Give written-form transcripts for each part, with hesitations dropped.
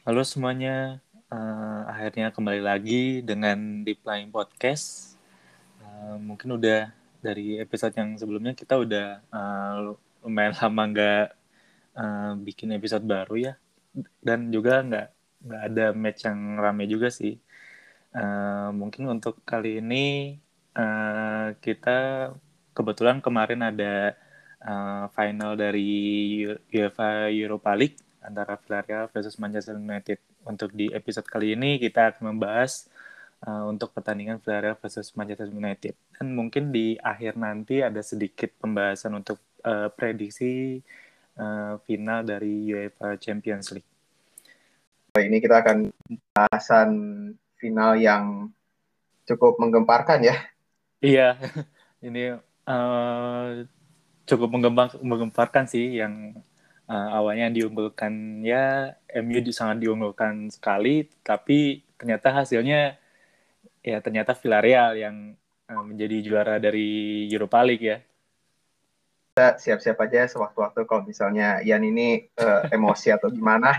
Halo semuanya, akhirnya kembali lagi dengan Deep Line Podcast. Mungkin udah dari episode yang sebelumnya kita udah lumayan lama nggak bikin episode baru ya, dan juga nggak ada match yang rame juga sih. Mungkin untuk kali ini kita kebetulan kemarin ada final dari UEFA Europa League antara Villarreal versus Manchester United. Untuk di episode kali ini kita akan membahas untuk pertandingan Villarreal versus Manchester United. Dan mungkin di akhir nanti ada sedikit pembahasan untuk prediksi final dari UEFA Champions League. Ini kita akan bahasan final yang cukup menggemparkan ya. Iya, ini cukup menggemparkan sih yang awalnya diunggulkan ya MU sangat diunggulkan sekali, tapi ternyata hasilnya ya ternyata Villarreal yang menjadi juara dari Europa League ya. Kita siap-siap aja sewaktu-waktu kalau misalnya Ian ini emosi atau gimana.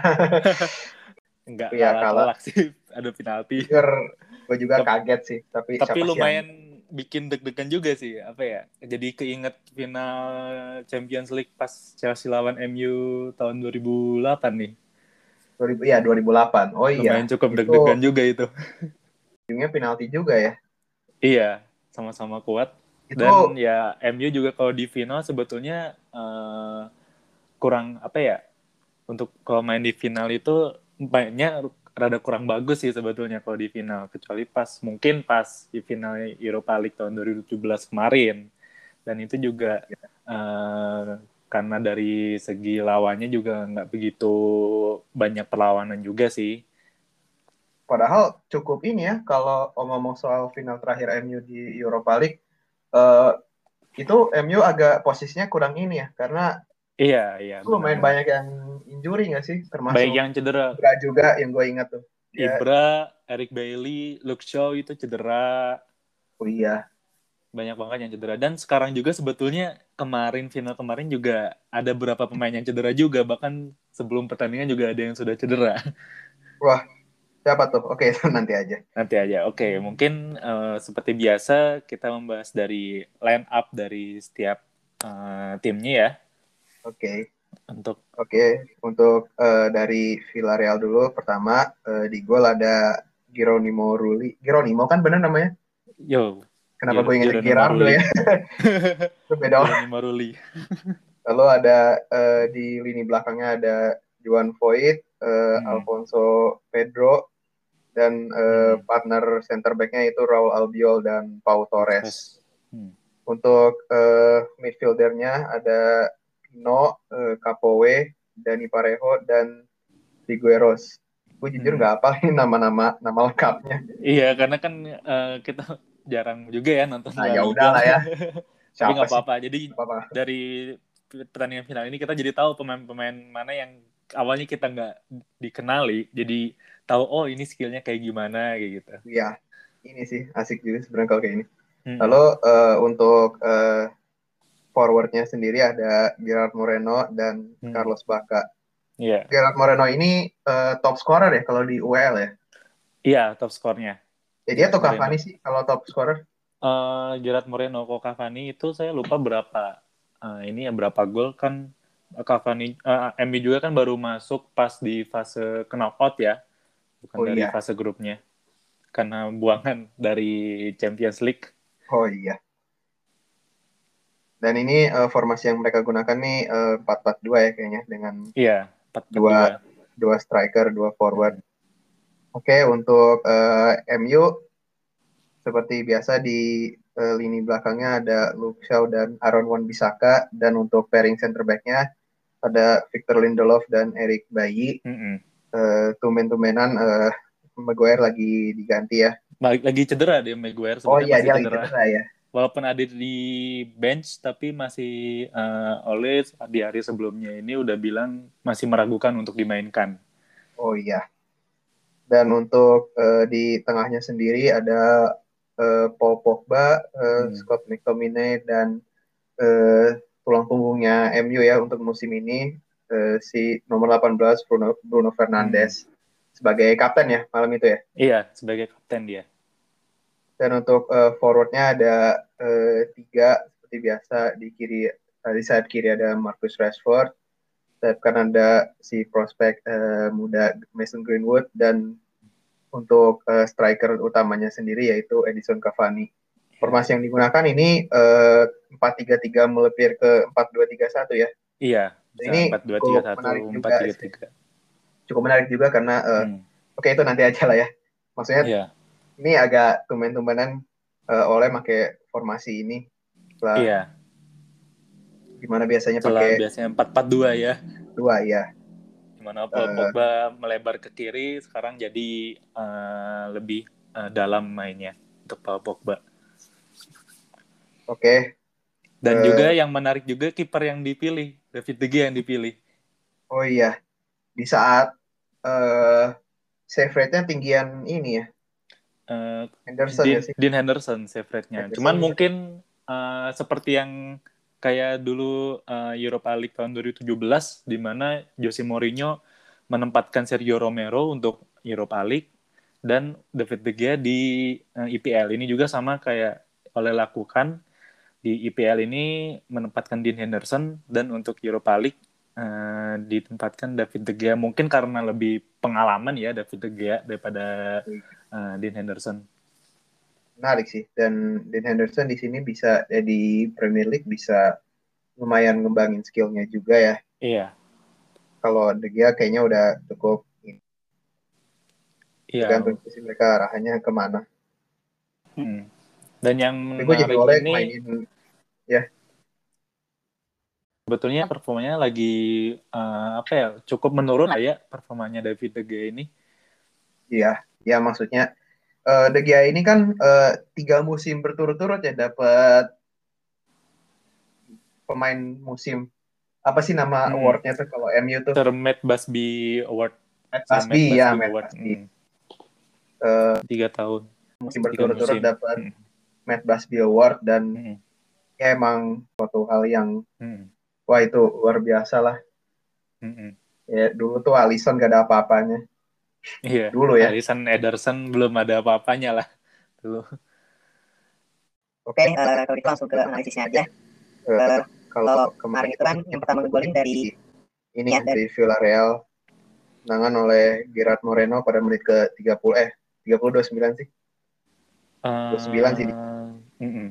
Nggak Ya kalau telak sih, ada penalti. jujur gue juga Tapi kaget sih. Tapi tapi siapa sih yang lumayan bikin deg-degan juga sih, apa ya? Jadi keinget final Champions League pas Chelsea lawan MU tahun 2008 nih. 2008? Oh iya, Lumayan cukup itu deg-degan juga itu. ujungnya penalti juga ya. Iya, sama-sama kuat. Itu Dan ya MU juga kalau di final sebetulnya kurang apa ya? Untuk kalau main di final itu mainnya rada kurang bagus sih sebetulnya kalau di final. Kecuali mungkin pas di final Europa League tahun 2017 kemarin. Dan itu juga karena dari segi lawannya juga nggak begitu banyak perlawanan juga sih. padahal cukup ini ya kalau ngomong soal final terakhir MU di Europa League, eh, itu MU agak posisinya kurang ini ya karena Iya, iya lumayan benar-benar. banyak yang injury nggak sih, Baik termasuk yang cedera, Ibra juga yang gue ingat tuh dia. Ibra, Eric Bailly, Luke Shaw itu cedera, Oh iya, banyak banget yang cedera. Dan sekarang juga sebetulnya final kemarin juga ada beberapa pemain yang cedera juga, bahkan sebelum pertandingan juga ada yang sudah cedera. wah siapa tuh? Oke, nanti aja. Nanti aja. Oke, mungkin seperti biasa kita membahas dari line up dari setiap timnya ya. Oke, Untuk oke. Untuk dari Villarreal dulu, pertama di gol ada Geronimo Rulli. Geronimo kan bener namanya? yo Kenapa gue ingetnya Geronimo Gerardo Rulli. ya? Itu beda orang. Geronimo Rulli. Lalu ada di lini belakangnya ada Juan Foyth, Hmm. Alfonso Pedro, dan Hmm. partner center back-nya itu Raul Albiol dan Pau Torres. Torres. Hmm. Untuk midfieldernya ada Pino, Capoue, Dani Parejo, dan Figueros. Gue jujur Hmm. nggak apa ini nama lengkapnya. Iya, karena kan kita jarang juga ya nonton Nah La ya Liga. udahlah ya. Tapi Siapa nggak sih? apa-apa. Jadi Gak apa-apa. dari pertandingan final ini kita jadi tahu pemain-pemain mana yang awalnya kita nggak dikenali. Jadi tahu oh ini skillnya kayak gimana kayak gitu. Ya, ini sih asik juga sebenarnya kalau kayak ini. Lalu Hmm. untuk forwardnya sendiri ada Gerard Moreno dan Hmm. Carlos Bacca. Iya. Gerard Moreno ini top scorer ya kalau di UEL ya. Iya, top skornya. Jadi Gerard atau Moreno. Cavani sih kalau top scorer? Gerard Moreno kok Cavani itu saya lupa berapa ini ya berapa gol kan Cavani MU juga kan baru masuk pas di fase knockout ya, bukan Oh dari iya, fase grupnya karena buangan dari Champions League. oh iya. Dan ini formasi yang mereka gunakan nih 4-4-2 ya kayaknya dengan Iya, 4-4-2. dua dua striker, dua forward. Hmm. Oke, untuk MU seperti biasa di lini belakangnya ada Luke Shaw dan Aaron Wan-Bissaka, dan untuk pairing center back-nya ada Victor Lindelof dan Eric Bailly. Mm-mm. Tumben-tumbenan Maguire lagi diganti ya. Lagi cedera dia Maguire Oh sebetulnya iya, masih dia lagi cedera. cedera ya. Walaupun ada di bench tapi masih oleh di hari sebelumnya ini udah bilang masih meragukan untuk dimainkan. Oh iya. Dan untuk di tengahnya sendiri ada Paul Pogba, Hmm. Scott McTominay, dan tulang punggungnya MU ya untuk musim ini, si nomor 18 Bruno Hmm. Fernandes. sebagai kapten ya malam itu ya. Iya, sebagai kapten dia. Dan untuk forwardnya ada tiga seperti biasa di sayap kiri ada Marcus Rashford, sayap kanan ada si prospek muda Mason Greenwood, dan untuk striker utamanya sendiri yaitu Edison Cavani. Formasi yang digunakan ini 4-3-3 melepir ke 4-2-3-1 ya. Iya, bisa Ini 4-2-3-1, cukup menarik juga 4-3-3. cukup menarik juga karena oke, itu nanti aja lah ya. Maksudnya Iya, ini agak tumben-tumbenan oleh pakai formasi ini setelah iya. dimana biasanya Setelah pakai biasanya 4-4-2 ya. dua ya. Dimana Paul Eh, Pogba melebar ke kiri, sekarang jadi lebih dalam mainnya untuk Paul Pogba. oke. Dan Eh, juga yang menarik juga kiper yang dipilih, David De Gea yang dipilih. oh iya, di saat eh save rate-nya tinggian ini ya, Uh, Henderson ya sih. Dean Henderson save rate-nya. Cuman Henderson mungkin seperti yang kayak dulu Europa League tahun 2017 di mana Jose Mourinho menempatkan Sergio Romero untuk Europa League dan David De Gea di IPL. Ini juga sama kayak oleh lakukan di IPL ini menempatkan Dean Henderson dan untuk Europa League ditempatkan David De Gea, mungkin karena lebih pengalaman ya David De Gea daripada Dean Henderson. menarik sih, dan Dean Henderson di sini bisa di Premier League bisa lumayan ngembangin skillnya juga ya. Iya, Kalau De Gea kayaknya udah cukup iya. tergantung sih mereka arahnya kemana. Dan yang Tapi gue jadi menarik oleh ini mainin ya. sebetulnya performanya lagi apa ya, cukup menurun lah ya performanya David De Gea ini. Iya, ya maksudnya De Gea ini kan 3 musim berturut-turut ya dapat pemain musim, apa sih nama awardnya tuh kalau MU tuh? Sir Matt Busby Award. Matt Sir Busby Matt ya, Busby Matt Award. Busby. Eh, 3 tahun, musim 3 musim. berturut-turut dapat Matt Busby Award, dan Hmm. ya emang suatu hal yang Hmm. wah itu luar biasa lah. Hmm. Ya dulu tuh Alisson gak ada apa-apanya Iya, dulu ya. Alisson Ederson belum ada apa-apanya lah dulu. Oke, kalau itu langsung ke analisisnya aja. Eh, Kalau kemarin itu kan yang pertama ngegolin dari ini ya, dari Villarreal, tendangan oleh Gerard Moreno pada menit ke 30 30 29 sih. 29 sih. Uh,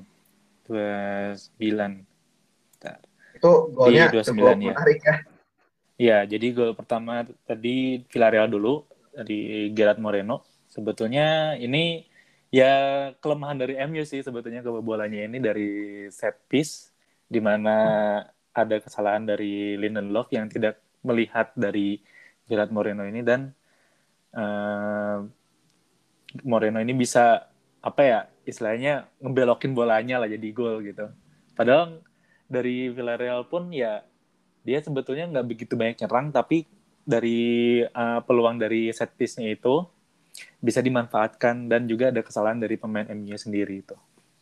29. Bentar. Itu Di golnya cukup 29 ya. menarik ya. Ya, jadi gol pertama tadi Villarreal dulu dari Gerard Moreno. Sebetulnya ini ya kelemahan dari MU sih sebetulnya kebobolannya ini dari set piece di mana ada kesalahan dari Lindelof yang tidak melihat dari Gerard Moreno ini dan uh, Moreno ini bisa apa ya istilahnya ngebelokin bolanya lah jadi gol gitu. Padahal dari Villarreal pun ya dia sebetulnya nggak begitu banyak nyerang tapi dari peluang dari set piece-nya itu bisa dimanfaatkan dan juga ada kesalahan dari pemain MU sendiri itu.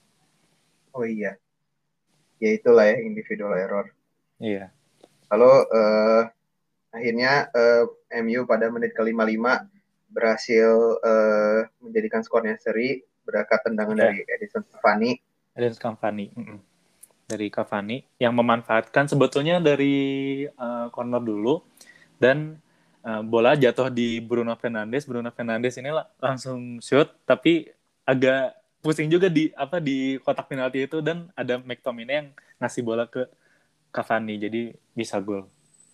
Oh iya, ya itulah ya individual error. Iya. Lalu akhirnya MU pada menit ke-55 berhasil menjadikan skornya seri berkat tendangan Iya. dari Edison Cavani. Ada Cavani. Dari Cavani yang memanfaatkan sebetulnya dari corner dulu dan bola jatuh di Bruno Fernandes. Bruno Fernandes ini langsung shoot tapi agak pusing juga di kotak penalti itu dan ada McTominay yang ngasih bola ke Cavani jadi bisa gol.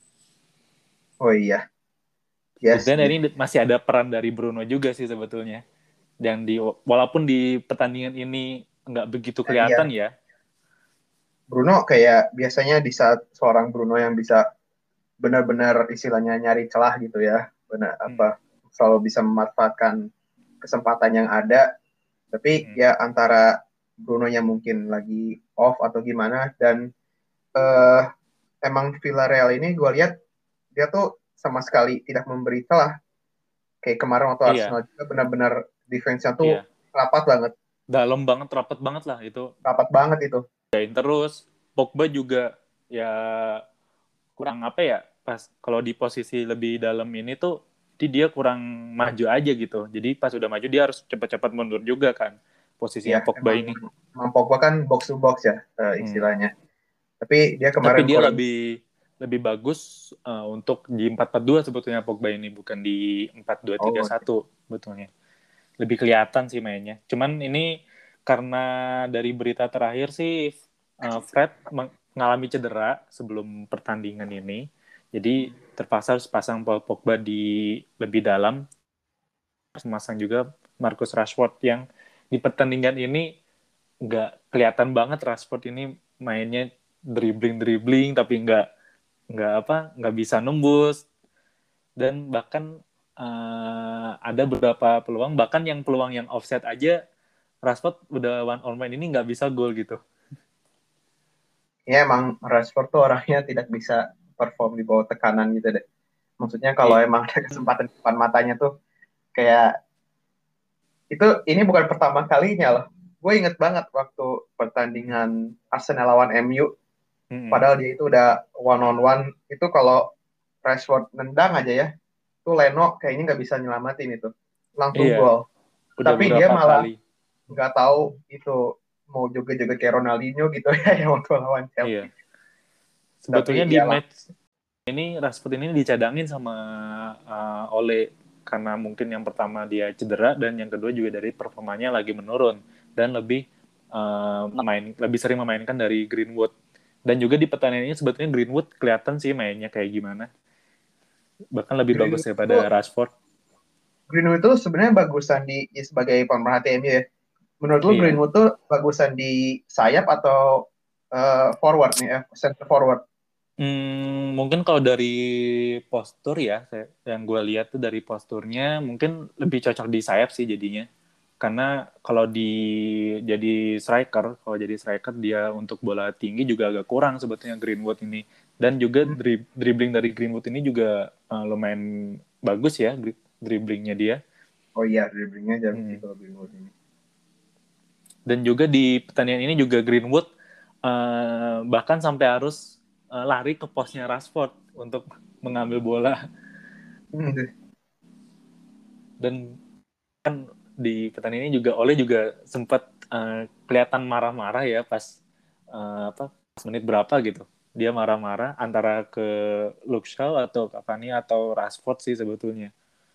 Oh iya, yes. Sebetulnya ini masih ada peran dari Bruno juga sih sebetulnya. Dan walaupun di pertandingan ini nggak begitu kelihatan Iya, ya. Bruno kayak biasanya di saat seorang Bruno yang bisa benar-benar istilahnya nyari celah gitu ya, benar Hmm. apa selalu bisa memanfaatkan kesempatan yang ada, tapi Hmm. ya antara Bruno-nya mungkin lagi off atau gimana, dan eh, emang Villarreal ini gue lihat dia tuh sama sekali tidak memberi celah kayak kemarin waktu Iya, Arsenal juga, benar-benar defense-nya tuh iya. rapat banget, Dalam banget, rapat banget lah itu. rapat banget itu. Terus Pogba juga ya kurang apa ya pas kalau di posisi lebih dalam ini tuh jadi dia kurang maju aja gitu. Jadi pas udah maju dia harus cepat-cepat mundur juga kan Iya, posisinya Pogba emang, ini. emang Pogba kan box to box ya Hmm. istilahnya. Tapi dia Tapi kemarin dia kurang. lebih bagus untuk di 4-4-2 sebetulnya Pogba ini, bukan di 4-2-3-1 betulnya. Lebih kelihatan sih mainnya. Cuman ini karena dari berita terakhir sih Fred mengalami cedera sebelum pertandingan ini. Jadi terpaksa harus pasang Paul Pogba di lebih dalam. Harus memasang juga Marcus Rashford yang di pertandingan ini nggak kelihatan banget Rashford ini mainnya dribbling tapi nggak bisa nembus, dan bahkan ada beberapa peluang, bahkan yang peluang yang offset aja Rashford udah one on one ini nggak bisa gol gitu. Ya emang Rashford tuh orangnya tidak bisa perform di bawah tekanan gitu deh. Maksudnya kalau Iya. emang ada kesempatan di depan matanya tuh kayak itu, ini bukan pertama kalinya loh. Gue inget banget waktu pertandingan Arsenal lawan MU, Mm-mm. padahal dia itu udah one on one, itu kalau Rashford nendang aja ya, tuh Leno kayaknya nggak bisa nyelamatin itu, langsung Iya, gol. udah Tapi dia beberapa malah kali. nggak tahu itu mau joget-joget kayak Ronaldinho gitu ya yang waktu lawan Iya. Chelsea. Sebetulnya Tapi di ya lah, match ini Rashford ini dicadangin sama Ole, karena mungkin yang pertama dia cedera dan yang kedua juga dari performanya lagi menurun dan lebih sering memainkan dari Greenwood. Dan juga di pertandingan ini sebetulnya Greenwood kelihatan sih mainnya kayak gimana. Bahkan lebih bagus Greenwood daripada itu Rashford. Greenwood itu sebenarnya bagusan di ya, sebagai pemerhati MU ya. Menurut lu Iya. Greenwood tuh bagusan di sayap atau forward nih, center forward? Mungkin kalau dari postur ya, yang gue lihat tuh dari posturnya mungkin lebih cocok di sayap sih jadinya. Karena kalau kalau jadi striker dia untuk bola tinggi juga agak kurang sebetulnya Greenwood ini. Dan juga Hmm. dribbling dari Greenwood ini juga lumayan bagus ya, dribblingnya dia. Oh iya, dribblingnya jago sih Hmm. kalau Greenwood ini. Dan juga di pertandingan ini juga Greenwood bahkan sampai harus lari ke posnya Rashford untuk mengambil bola. Hmm. Dan kan di pertandingan ini juga Ole juga sempat kelihatan marah-marah ya pas menit berapa gitu, dia marah-marah antara ke Luke Shaw atau Cavani atau Rashford sih sebetulnya,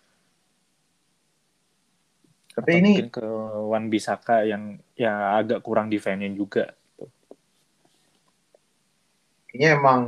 Tapi atau ini mungkin ke Wan Bissaka yang ya agak kurang defense-nya juga gitu. kayaknya emang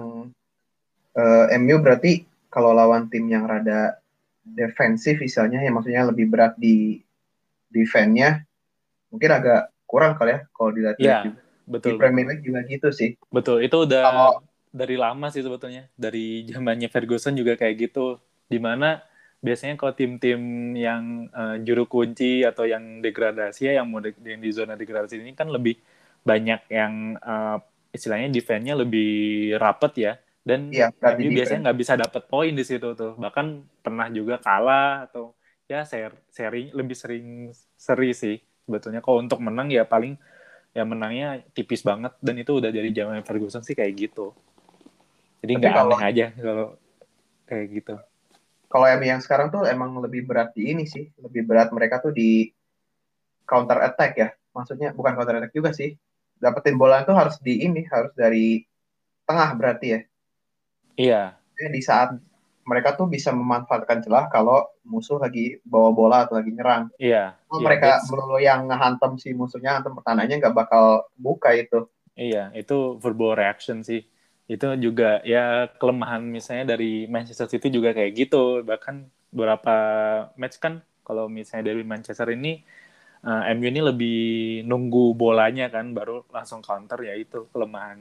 MU berarti kalau lawan tim yang rada defensif misalnya, ya maksudnya lebih berat di defense-nya, mungkin agak kurang kali ya kalau dilihat-lihat Ya, juga. Di betul Premier betul League juga gitu sih. betul, itu udah Kalau dari lama sih sebetulnya, dari zamannya Ferguson juga kayak gitu, dimana biasanya kalau tim-tim yang juru kunci atau yang degradasi ya, yang mau yang di zona degradasi ini kan lebih banyak yang istilahnya defense-nya lebih rapet ya, dan ya berat di MU biasanya defense. nggak bisa dapet poin di situ tuh, bahkan pernah juga kalah atau ya seri lebih sering seri sih sebetulnya. Kalau untuk menang ya paling ya menangnya tipis banget, dan itu udah dari zaman Ferguson sih kayak gitu. Jadi Tapi nggak kalau aneh aja kalau kayak gitu. kalau MU yang sekarang tuh emang lebih berat di ini sih, lebih berat mereka tuh di counter attack ya. Maksudnya bukan counter attack juga sih. Dapetin bola itu harus di ini, harus dari tengah berarti ya. Iya, Jadi di saat mereka tuh bisa memanfaatkan celah kalau musuh lagi bawa bola atau lagi nyerang. iya, Kalau iya, mereka melulu yang ngehantem si musuhnya, hantem pertahanannya nggak bakal buka itu. iya, itu verbal reaction sih. Itu juga ya kelemahan misalnya dari Manchester City juga kayak gitu. Bahkan beberapa match kan kalau misalnya dari Manchester ini MU ini lebih nunggu bolanya kan baru langsung counter, ya itu kelemahan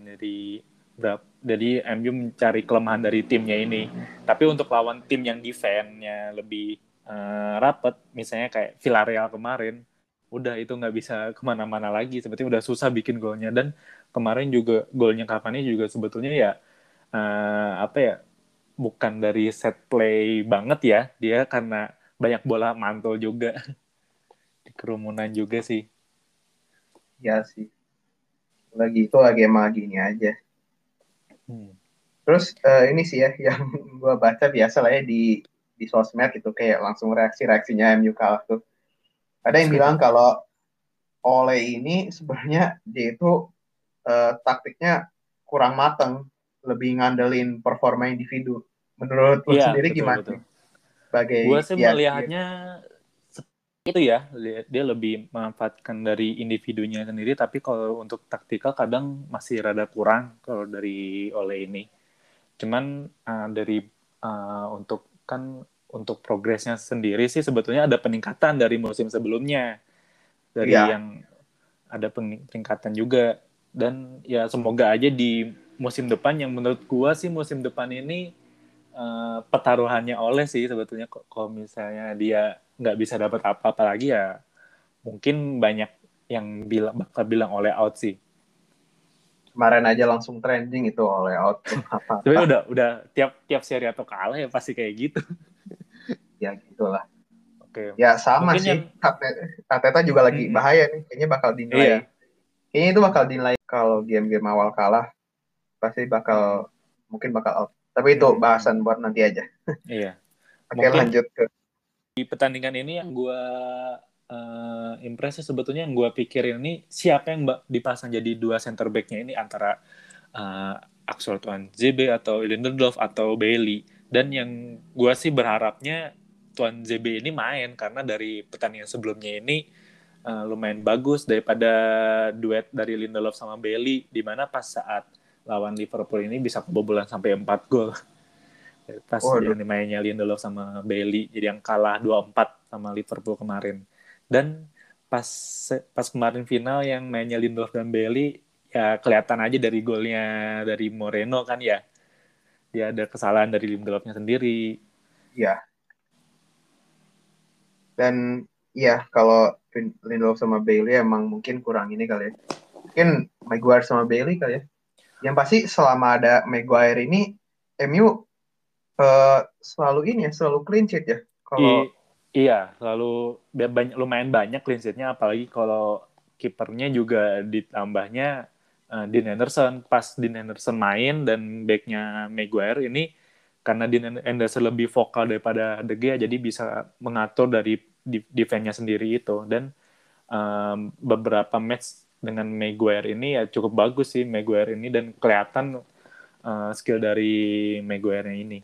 jadi MU mencari kelemahan dari timnya ini. Tapi untuk lawan tim yang defense-nya lebih rapet, misalnya kayak Villarreal kemarin, udah itu nggak bisa kemana-mana lagi. Sebetulnya udah susah bikin golnya, dan kemarin juga golnya Cavani juga sebetulnya ya apa ya, bukan dari set play banget ya, dia karena banyak bola mantul juga di kerumunan juga sih. Ya sih. Lagi itu lagi emang gini aja. Hmm. Terus ini sih ya yang gue baca biasa lah ya di di sosmed itu kayak langsung reaksinya MU kalah tuh. Ada yang bilang kalau Ole ini sebenarnya dia itu taktiknya kurang mateng, lebih ngandelin performa individu. Menurut lo Iya, sendiri gimana betul-betul. nih? Sebagai Gue sih ya dia, melihatnya itu ya, dia lebih memanfaatkan dari individunya sendiri, tapi kalau untuk taktikal kadang masih rada kurang kalau dari Ole ini. Cuman untuk progresnya sendiri sih sebetulnya ada peningkatan dari musim sebelumnya, dari iya, yang ada peningkatan juga. Dan ya semoga aja di musim depan, yang menurut gua sih musim depan ini pertaruhannya Oleh sih sebetulnya. Kalau misalnya dia nggak bisa dapat apa-apa lagi, ya mungkin banyak yang bakal bilang Oleh out sih. kemarin aja langsung trending itu oleh out belum Tapi apa-apa. udah tiap seri atau kalah ya pasti kayak gitu. Ya gitulah. Oke, Ya sama mungkin sih. yang Arteta juga lagi mm-mm. bahaya nih. Kayaknya bakal dinilai. Iya. Kayaknya itu bakal dinilai kalau game-game awal kalah pasti bakal Mm-mm. mungkin bakal out. Tapi itu Mm-mm. bahasan buat nanti aja. Iya. Oke, Mungkin lanjut ke di pertandingan ini yang gue impresi sebetulnya, yang gue pikirin ini siapa yang dipasang jadi dua center back-nya ini, antara uh, Axel Tuan ZB atau Lindelof atau Bailey. Dan yang gue sih berharapnya Tuan ZB ini main, karena dari pertandingan sebelumnya ini lumayan bagus daripada duet dari Lindelof sama Bailey, di mana pas saat lawan Liverpool ini bisa kebobolan sampai 4 gol. Pas waduh. yang dimainnya Lindelof sama Bailey, jadi yang kalah 2-4 sama Liverpool kemarin. Dan pas pas kemarin final yang mainnya Lindelof dan Bailey, ya kelihatan aja dari golnya dari Moreno kan ya, dia ada kesalahan dari Lindelofnya sendiri. Iya. Dan iya kalau Lindelof sama Bailey emang mungkin kurang ini kali ya. Mungkin Maguire sama Bailey kali ya. Yang pasti selama ada Maguire ini MU eh, selalu ini ya, selalu clean sheet ya. Kalau Iya, lalu lumayan banyak clean sheet-nya, apalagi kalau kipernya juga ditambahnya Dean Henderson. Pas Dean Henderson main dan back-nya Maguire ini, karena Dean Henderson lebih vokal daripada De Gea, jadi bisa mengatur dari defense-nya sendiri itu. Dan beberapa match dengan Maguire ini ya cukup bagus sih Maguire ini, dan kelihatan skill dari Maguire ini.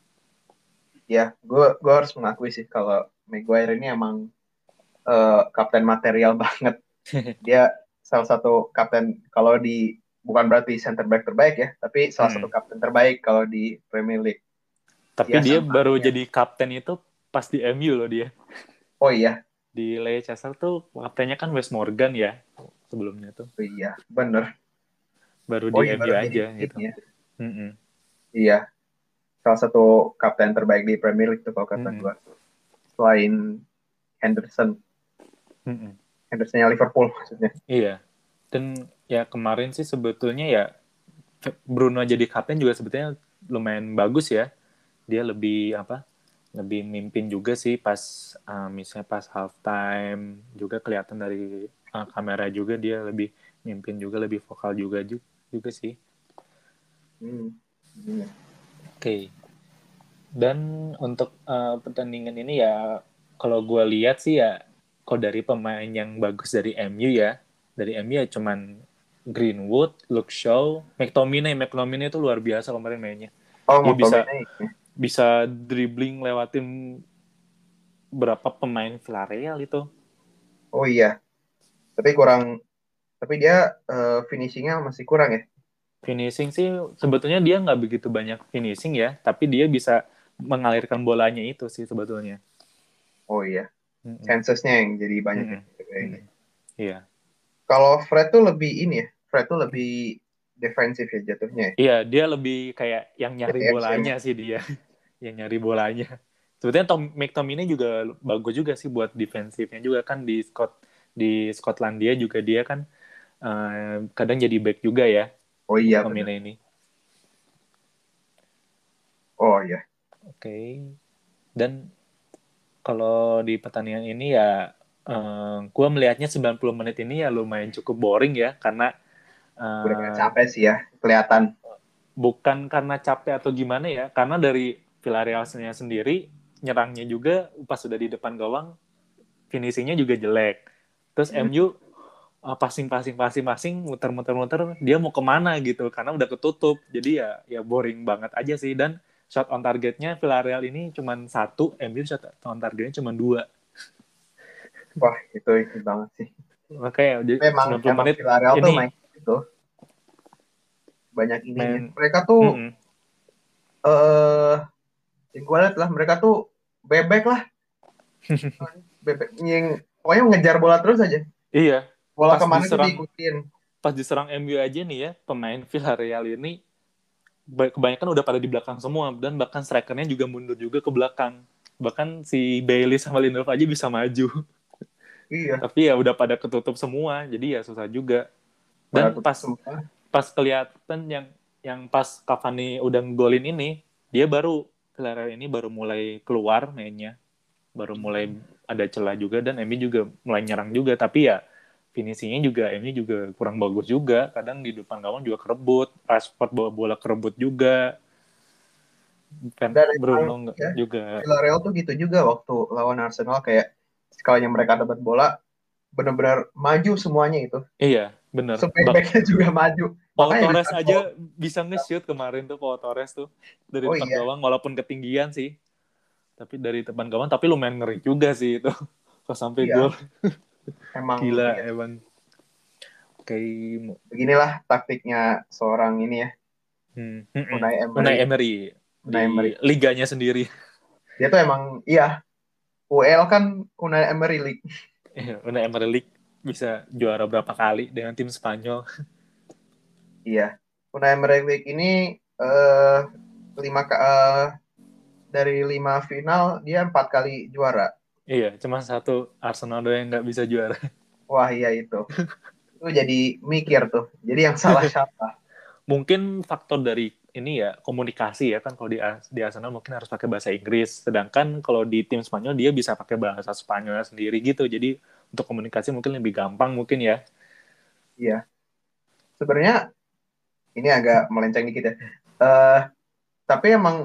ya gue harus mengakui sih kalau Maguire ini emang kapten material banget. Dia salah satu kapten kalau di bukan berarti center back terbaik ya, tapi salah satu Hmm. kapten terbaik kalau di Premier League. Tapi Dia dia sama baru ya. jadi kapten itu pas di MU loh dia. Oh iya, Di Leicester tuh kaptennya kan Wes Morgan ya sebelumnya tuh. oh iya, bener. Baru Oh di iya MU baru jadi aja gitu. ini ya. Mm-mm. Iya, salah satu kapten terbaik di Premier League tuh kalau kata Mm-mm. gue. Selain Henderson, Mm-mm. Hendersonnya Liverpool maksudnya. Iya. Dan ya kemarin sih sebetulnya ya Bruno jadi kapten juga sebetulnya lumayan bagus ya. Dia lebih apa? Lebih mimpin juga sih pas misalnya pas half time juga kelihatan dari kamera juga, dia lebih mimpin juga, lebih vokal juga sih. Hmm. Iya. Oke. Okay. Dan untuk pertandingan ini ya, kalau gue lihat sih ya, kalau dari pemain yang bagus dari MU ya, dari MU ya cuman Greenwood, Luke Shaw, McTominay itu luar biasa kemarin mainnya. Oh, Dia bisa McTominay. bisa dribbling lewatin berapa pemain Villarreal itu. Oh iya, tapi kurang, tapi dia finishingnya masih kurang ya. Finishing sih sebetulnya dia nggak begitu banyak finishing ya, tapi dia bisa mengalirkan bolanya itu sih sebetulnya. Oh iya, Mm-mm. chances-nya yang jadi banyak ya. Mm-mm. Kayaknya. Mm-mm. Iya. Kalau Fred tuh lebih ini ya, Fred tuh lebih defensif ya jatuhnya ya. Iya, dia lebih kayak yang nyari Jadi MCM bolanya ya. sih dia, yang nyari bolanya. Sebetulnya McTominay juga bagus juga sih buat defensifnya juga kan, di Skotlandia juga dia kan kadang jadi back juga ya, Oh iya benar. McTominay ini. Oh iya. Oke. Dan kalau di pertandingan ini ya, gue melihatnya 90 menit ini ya lumayan cukup boring ya, karena Udah kayak eh, capek sih ya, kelihatan. bukan karena capek atau gimana ya, karena dari Villarreal sendiri nyerangnya juga pas sudah di depan gawang finishingnya juga jelek. Terus MU passing muter-muter dia mau kemana gitu karena udah ketutup, jadi ya boring banget aja sih. Dan shot on targetnya Villarreal ini cuma satu, MU shot on targetnya cuma dua. Wah, itu banget sih. Makanya Memang 90 emang menit Villarreal tuh ini main itu banyak ininya. main. Mereka tuh Mm-mm. eh yang gue lihat lah mereka tuh bebek lah, bebek yang pokoknya ngejar bola terus aja. Iya, Bola pas kemana tuh diserang diikutin. pas diserang MU aja nih ya, pemain Villarreal ini kebanyakan udah pada di belakang semua, dan bahkan strikernya juga mundur juga ke belakang. Bahkan si Bailey sama Lindelof aja bisa maju. Iya, Tapi ya udah pada ketutup semua, jadi ya susah juga. pada Dan tutup pas semua. pas kelihatan yang pas Cavani udah golin ini, dia baru Villarreal ini baru mulai keluar mainnya, baru mulai ada celah juga, dan MU juga mulai nyerang juga. Tapi ya finishingnya juga MU juga kurang bagus juga, kadang di depan gawang juga kerebut, Rashford bawa bola kerebut juga, Dan emang Bruno ya juga. Villarreal tuh gitu juga waktu lawan Arsenal kayak sekalinya mereka dapat bola benar-benar maju semuanya itu. Iya bener, Sebek-beknya juga maju. Pau Makanya bisa Torres gol. aja bisa nge-shoot kemarin tuh, Pau Torres tuh dari Oh depan iya, gawang walaupun ketinggian sih, tapi dari depan gawang tapi lumayan ngeri juga sih itu. Pas sampai iya. gol, Emang gila iya. emang kayak Beginilah taktiknya seorang ini ya, Unai Unai Emery. Emery Unai di Emery. liganya sendiri. Dia tuh emang iya, UEL kan Unai Emery League. Unai Emery League bisa juara berapa kali dengan tim Spanyol. Iya. Unai Emery League ini eh lima ka- eh, dari 5 final dia 4 kali juara. Iya, cuma satu Arsenal doang yang nggak bisa juara. Wah iya itu. Itu jadi mikir tuh. Jadi yang salah siapa? Mungkin faktor dari ini ya komunikasi ya kan, kalau di Arsenal mungkin harus pakai bahasa Inggris, sedangkan kalau di tim Spanyol dia bisa pakai bahasa Spanyol sendiri gitu, jadi untuk komunikasi mungkin lebih gampang mungkin ya. Iya. Sebenarnya ini agak melenceng dikit ya. Eh tapi emang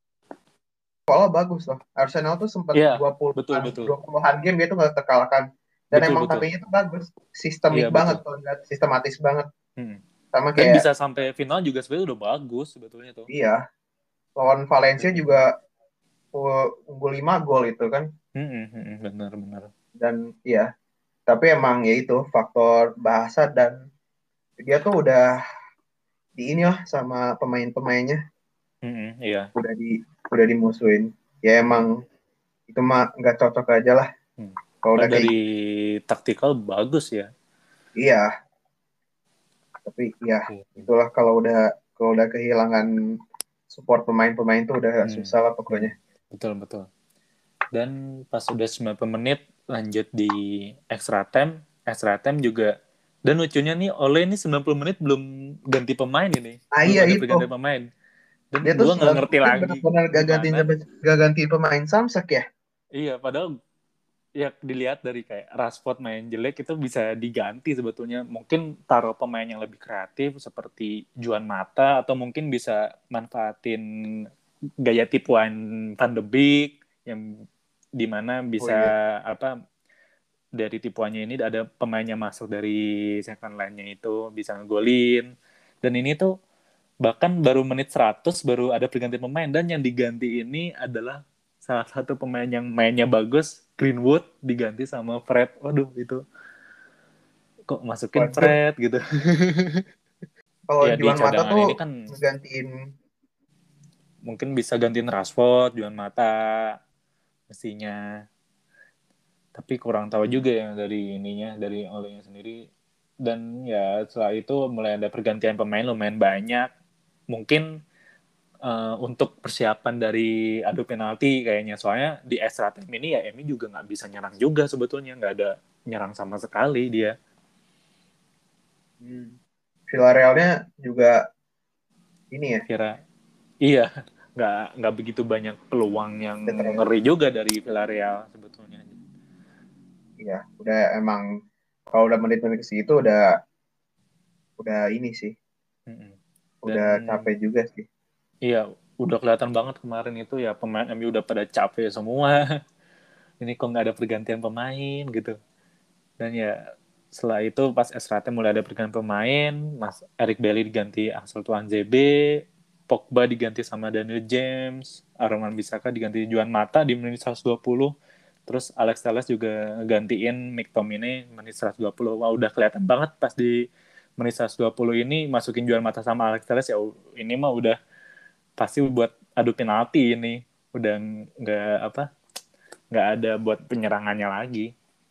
kalau bagus loh. Arsenal tuh sempat Iya, betul 20-an betul 20-an game dia tuh nggak terkalahkan. Dan betul emang betul. taktiknya tuh bagus. Sistemik Iya banget betul. kalau lihat, sistematis banget. Hmm. Sama Dan kayak bisa sampai final juga sebenarnya udah bagus sebetulnya tuh. iya, lawan Valencia Sampai juga final. unggul 5 gol itu kan. Benar benar. Dan iya, tapi emang ya itu faktor bahasa dan dia tuh di ini lah sama pemain-pemainnya Iya. udah di udah dimusuhin. Ya emang itu mah nggak cocok aja lah Hmm. kalau Kalau udah kayak dari gitu. taktikal bagus ya. Iya, tapi ya Hmm. itulah kalau udah kehilangan support pemain-pemain tuh udah Hmm. susah lah Hmm. pokoknya. Betul betul. Dan pas udah 90 menit lanjut di extra time juga. Dan lucunya nih Ole ini 90 menit belum ganti pemain ini, Ah belum iya ada itu. pergantian pemain. Dan Dia tuh gue nggak 90 ngerti menit lagi benar-benar gimana. gak gantiin pemain Samsek ya. Iya, padahal ya dilihat dari kayak Rashford main jelek itu bisa diganti sebetulnya. Mungkin taruh pemain yang lebih kreatif seperti Juan Mata, atau mungkin bisa manfaatin gaya tipuan Van de Beek yang dimana Oh bisa iya. apa, dari tipuannya ini ada pemainnya masuk dari second line-nya itu bisa ngegolin. Dan ini tuh bahkan baru menit 100 baru ada pergantian pemain, dan yang diganti ini adalah salah satu pemain yang mainnya bagus, Greenwood, diganti sama Fred. Waduh, itu kok masukin Waduh, Fred gitu. kalau Ya di Juan Mata cadangan tuh ini kan ngegantiin mungkin bisa gantiin Rashford, Juan Mata mestinya. Tapi kurang tahu juga ya dari ininya, dari olehnya sendiri. Dan ya setelah itu mulai ada pergantian pemain lumayan banyak. Mungkin untuk persiapan dari adu penalti kayaknya, soalnya di extra time ini ya Emi juga nggak bisa nyerang juga sebetulnya, nggak ada nyerang sama sekali dia. hmm, Villarreal-nya juga ini ya, Kira iya, nggak begitu banyak peluang yang veteran. ngeri juga dari Villarreal sebetulnya. Iya, udah emang kalau udah menit-menit ke situ udah ini sih, Mm-mm. Dan udah capek juga sih. iya, udah kelihatan banget kemarin itu ya pemain MU udah pada capek semua. Ini kok nggak ada pergantian pemain gitu. Dan ya setelah itu pas extra time mulai ada pergantian pemain, Mas Eric Bailly diganti Axel Tuanzebe, Pogba diganti sama Daniel James, Aaron Wan-Bissaka diganti Juan Mata di menit 120, terus Alex Telles juga gantiin McTominay menit 120. Wah udah kelihatan banget pas di menit 120 ini masukin Juan Mata sama Alex Telles ya ini mah udah pasti buat adu penalti ini. Udah nggak ada buat penyerangannya lagi.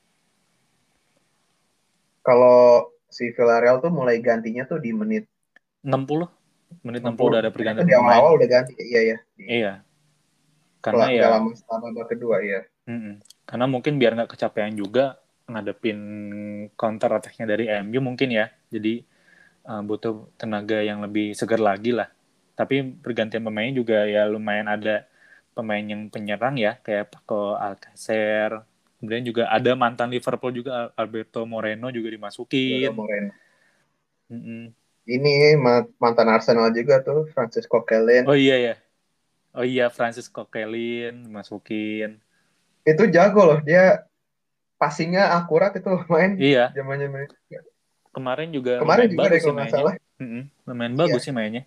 Kalau si Villarreal tuh mulai gantinya tuh di menit 60 menit 60 60. udah ada Itu pergantian di pemain. awal-awal udah ganti. Iya ya. Iya, karena ya Nggak lama setelah babak kedua ya. karena mungkin biar nggak kecapean juga ngadepin counter attack-nya dari MU mungkin ya. Jadi butuh tenaga yang lebih segar lagi lah. Tapi pergantian pemain juga ya lumayan ada pemain yang penyerang ya kayak Paco Alcacer. Kemudian juga ada mantan Liverpool juga Alberto Moreno juga Udah dimasukin. Moreno. Mm-mm. Ini mantan Arsenal juga tuh, Francisco Kellen. Oh iya ya. Oh iya Francis Coquelin dimasukin. Itu jago loh, dia passingnya akurat itu main Iya, zamannya. kemarin juga Kemarin lumayan juga deh bagus sih kalau nggak mainnya. salah. Lumayan bagus Iya, sih mainnya.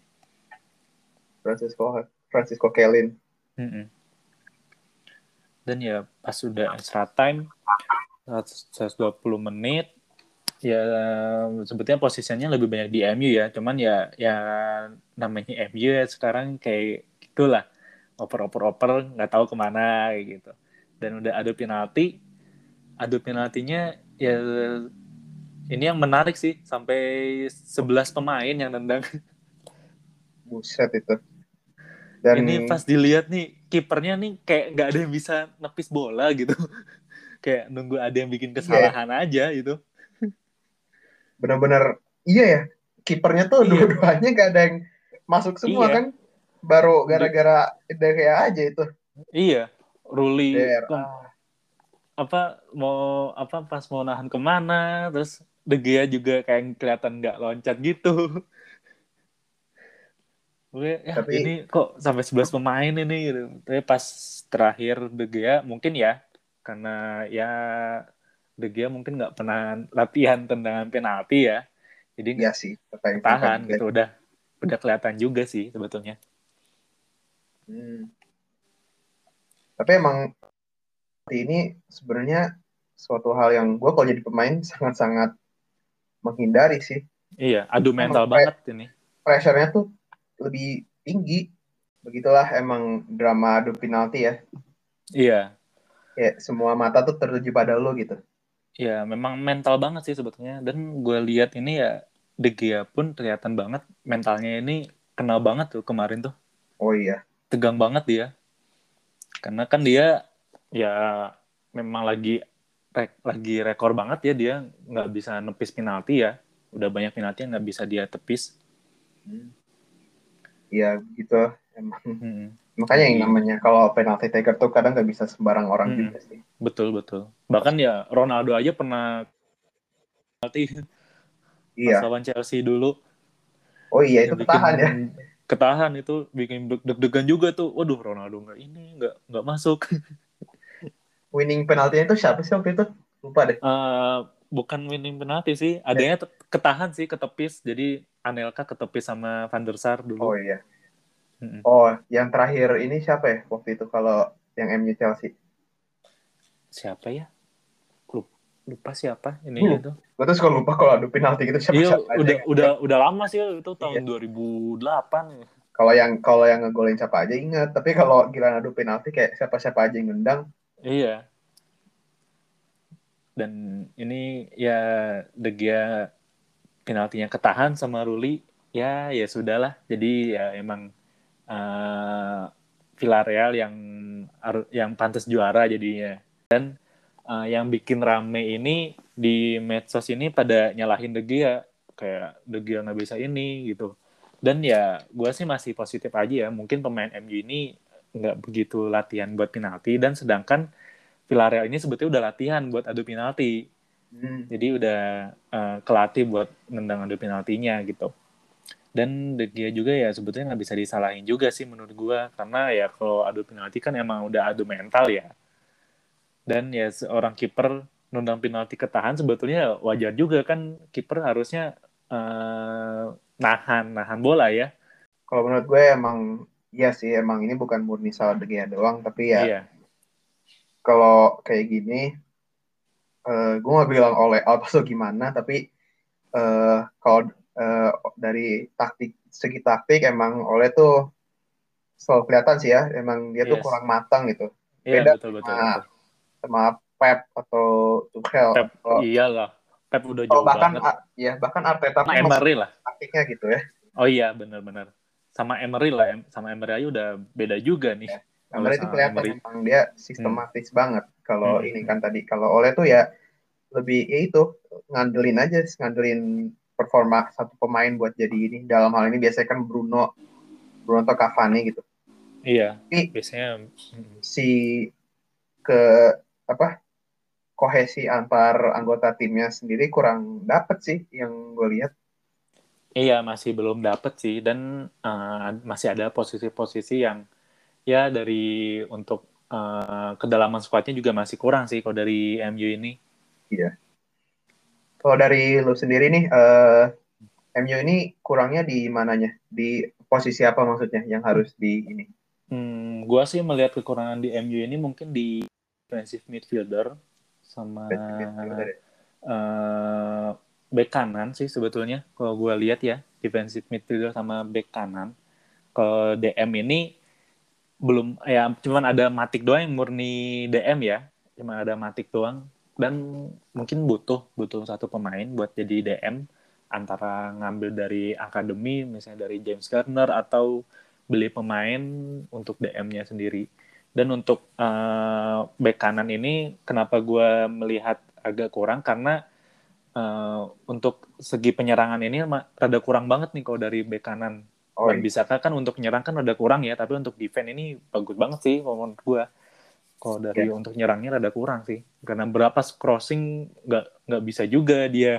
Francisco Kellen. Mm-mm. Dan ya pas udah extra time 120 menit ya sebetulnya posisinya lebih banyak di MU ya. Cuman ya namanya MU ya sekarang kayak gitulah. Oper-oper nggak tahu kemana kayak gitu. Dan udah adu penaltinya ya ini yang menarik sih sampai 11 pemain yang nendang. Buset itu. Dan Ini pas dilihat nih kipernya nih kayak nggak ada yang bisa nepis bola gitu. Kayak nunggu ada yang bikin iya ya, kesalahan aja gitu. benar-benar iya ya. Kipernya tuh Iya, dua-duanya gak ada yang masuk semua kan. iya, Baru De- gara-gara De Gea aja itu. iya. Ruli Der. Ah, pas mau nahan kemana, terus De Gea juga kayak kelihatan nggak loncat gitu. Oke, ya ini tapi kok sampai 11 pemain ini gitu. Tapi pas terakhir De Gea mungkin ya karena ya De Gea mungkin nggak pernah latihan tendangan penalti ya. Jadi iya nggak sih, pertanyaan ketahan juga. gitu. Udah kelihatan juga sih sebetulnya. Hmm. Tapi emang ini sebenarnya suatu hal yang gue kalau jadi pemain sangat-sangat menghindari sih. Iya, adu Emang mental banget ini. pressure-nya tuh lebih tinggi. Begitulah emang drama adu penalti ya. Iya, Kayak semua mata tuh tertuju pada lo gitu. ya memang mental banget sih sebetulnya. Dan gue lihat ini ya De Gea pun kelihatan banget mentalnya ini kenal banget tuh kemarin tuh. Oh iya, Tegang banget dia. Karena kan dia ya memang lagi rekor banget ya dia nggak bisa nepis penalti ya. Udah banyak penalti yang nggak bisa dia tepis. iya gitu. Emang Hmm. makanya yang Jadi namanya kalau penalty taker tuh kadang nggak bisa sembarang orang juga sih. betul betul. Bahkan ya Ronaldo aja pernah penalti pas Iya. lawan Chelsea dulu Oh iya itu yang bikin ketahan ya. ketahan itu bikin deg-degan juga tuh. Waduh Ronaldo nggak masuk. Winning penaltinya itu siapa sih waktu itu? Lupa deh. Bukan winning penalti sih, Ya. adanya ketahan sih ketepis. Jadi Anelka ketepis sama Van der Sar dulu. Oh iya. Mm-mm. Oh, yang terakhir ini siapa ya waktu itu kalau yang MU Chelsea? Siapa ya? Lupa siapa Gue ininya lupa. tuh. Gue tuh suka lupa kalau adu penalti gitu Iya, siapa-siapa aja udah yang udah ngegolin. udah lama sih itu tahun Iya. 2008. Kalau yang ngegolin siapa aja ingat, tapi kalau gila adu penalti kayak siapa-siapa aja yang nendang. Iya. Dan ini ya De Gea penaltinya ketahan sama Ruli. Ya sudahlah. Jadi ya emang Villarreal yang pantas juara jadinya. Yang bikin rame ini di medsos ini pada nyalahin De Gea kayak De Gea nggak bisa ini gitu. Dan ya gue sih masih positif aja ya, mungkin pemain MU ini nggak begitu latihan buat penalti, dan sedangkan Villarreal ini sebetulnya udah latihan buat adu penalti, Hmm. jadi udah kelatih buat nendang adu penaltinya gitu. Dan De Gea juga ya sebetulnya nggak bisa disalahin juga sih menurut gua, karena ya kalau adu penalti kan emang udah adu mental ya. Dan ya seorang kiper nendang penalti ketahan sebetulnya wajar juga kan, kiper harusnya nahan nahan bola ya. Kalau menurut gue emang iya sih, emang ini bukan murni salah De Gea doang, tapi ya Iya, kalau kayak gini, gue nggak bilang oleh out atau gimana, tapi eh, kalau eh, dari segi taktik emang oleh tuh selalu kelihatan sih ya, emang dia tuh yes. kurang matang gitu. Iya, Beda betul sama betul betul. sama Pep atau Tuchel. Pep Kalau iyalah. Pep udah kalau jauh bahkan banget. ya bahkan Arteta Sama pun masih Emery lah. taktiknya gitu ya. Oh iya, benar-benar. Sama Emery lah, sama Emery aja udah beda juga nih. Ya. Oleh Emery itu sama kelihatan Emery. emang dia Hmm. sistematis banget. Kalau Hmm, ini hmm, kan tadi, kalau Ole tuh ya lebih ya itu ngandelin aja, ngandelin performa satu pemain buat jadi ini. Dalam hal ini biasanya kan Bruno atau Cavani gitu. iya, Tapi biasanya. si ke apa kohesi antar anggota timnya sendiri kurang dapet sih yang gue lihat. Iya, masih belum dapet sih. Dan masih ada posisi-posisi yang ya dari untuk kedalaman squadnya juga masih kurang sih kalau dari MU ini. Iya. Kalau dari lu sendiri nih, MU ini kurangnya di mananya? Di posisi apa maksudnya yang harus di ini? Gua sih melihat kekurangan di MU ini mungkin di defensive midfielder sama Defensive midfielder ya? uh, back kanan sih sebetulnya. Kalau gue lihat ya, defensive midfielder sama back kanan. Ke DM ini belum ya, cuman ada Matic doang yang murni DM ya. Cuma ada Matic doang, dan mungkin butuh butuh satu pemain buat jadi DM, antara ngambil dari akademi misalnya dari James Garner atau beli pemain untuk DM-nya sendiri. Dan untuk back kanan ini kenapa gue melihat agak kurang, karena untuk segi penyerangan ini rada kurang banget nih kalau dari bek kanan. Oh Wan iya. Bisaka kan untuk nyerang kan rada kurang ya, tapi untuk defense ini bagus banget sih kalau menurut gue. Kalau dari Ya, untuk nyerangnya rada kurang sih, karena berapa crossing nggak bisa juga dia.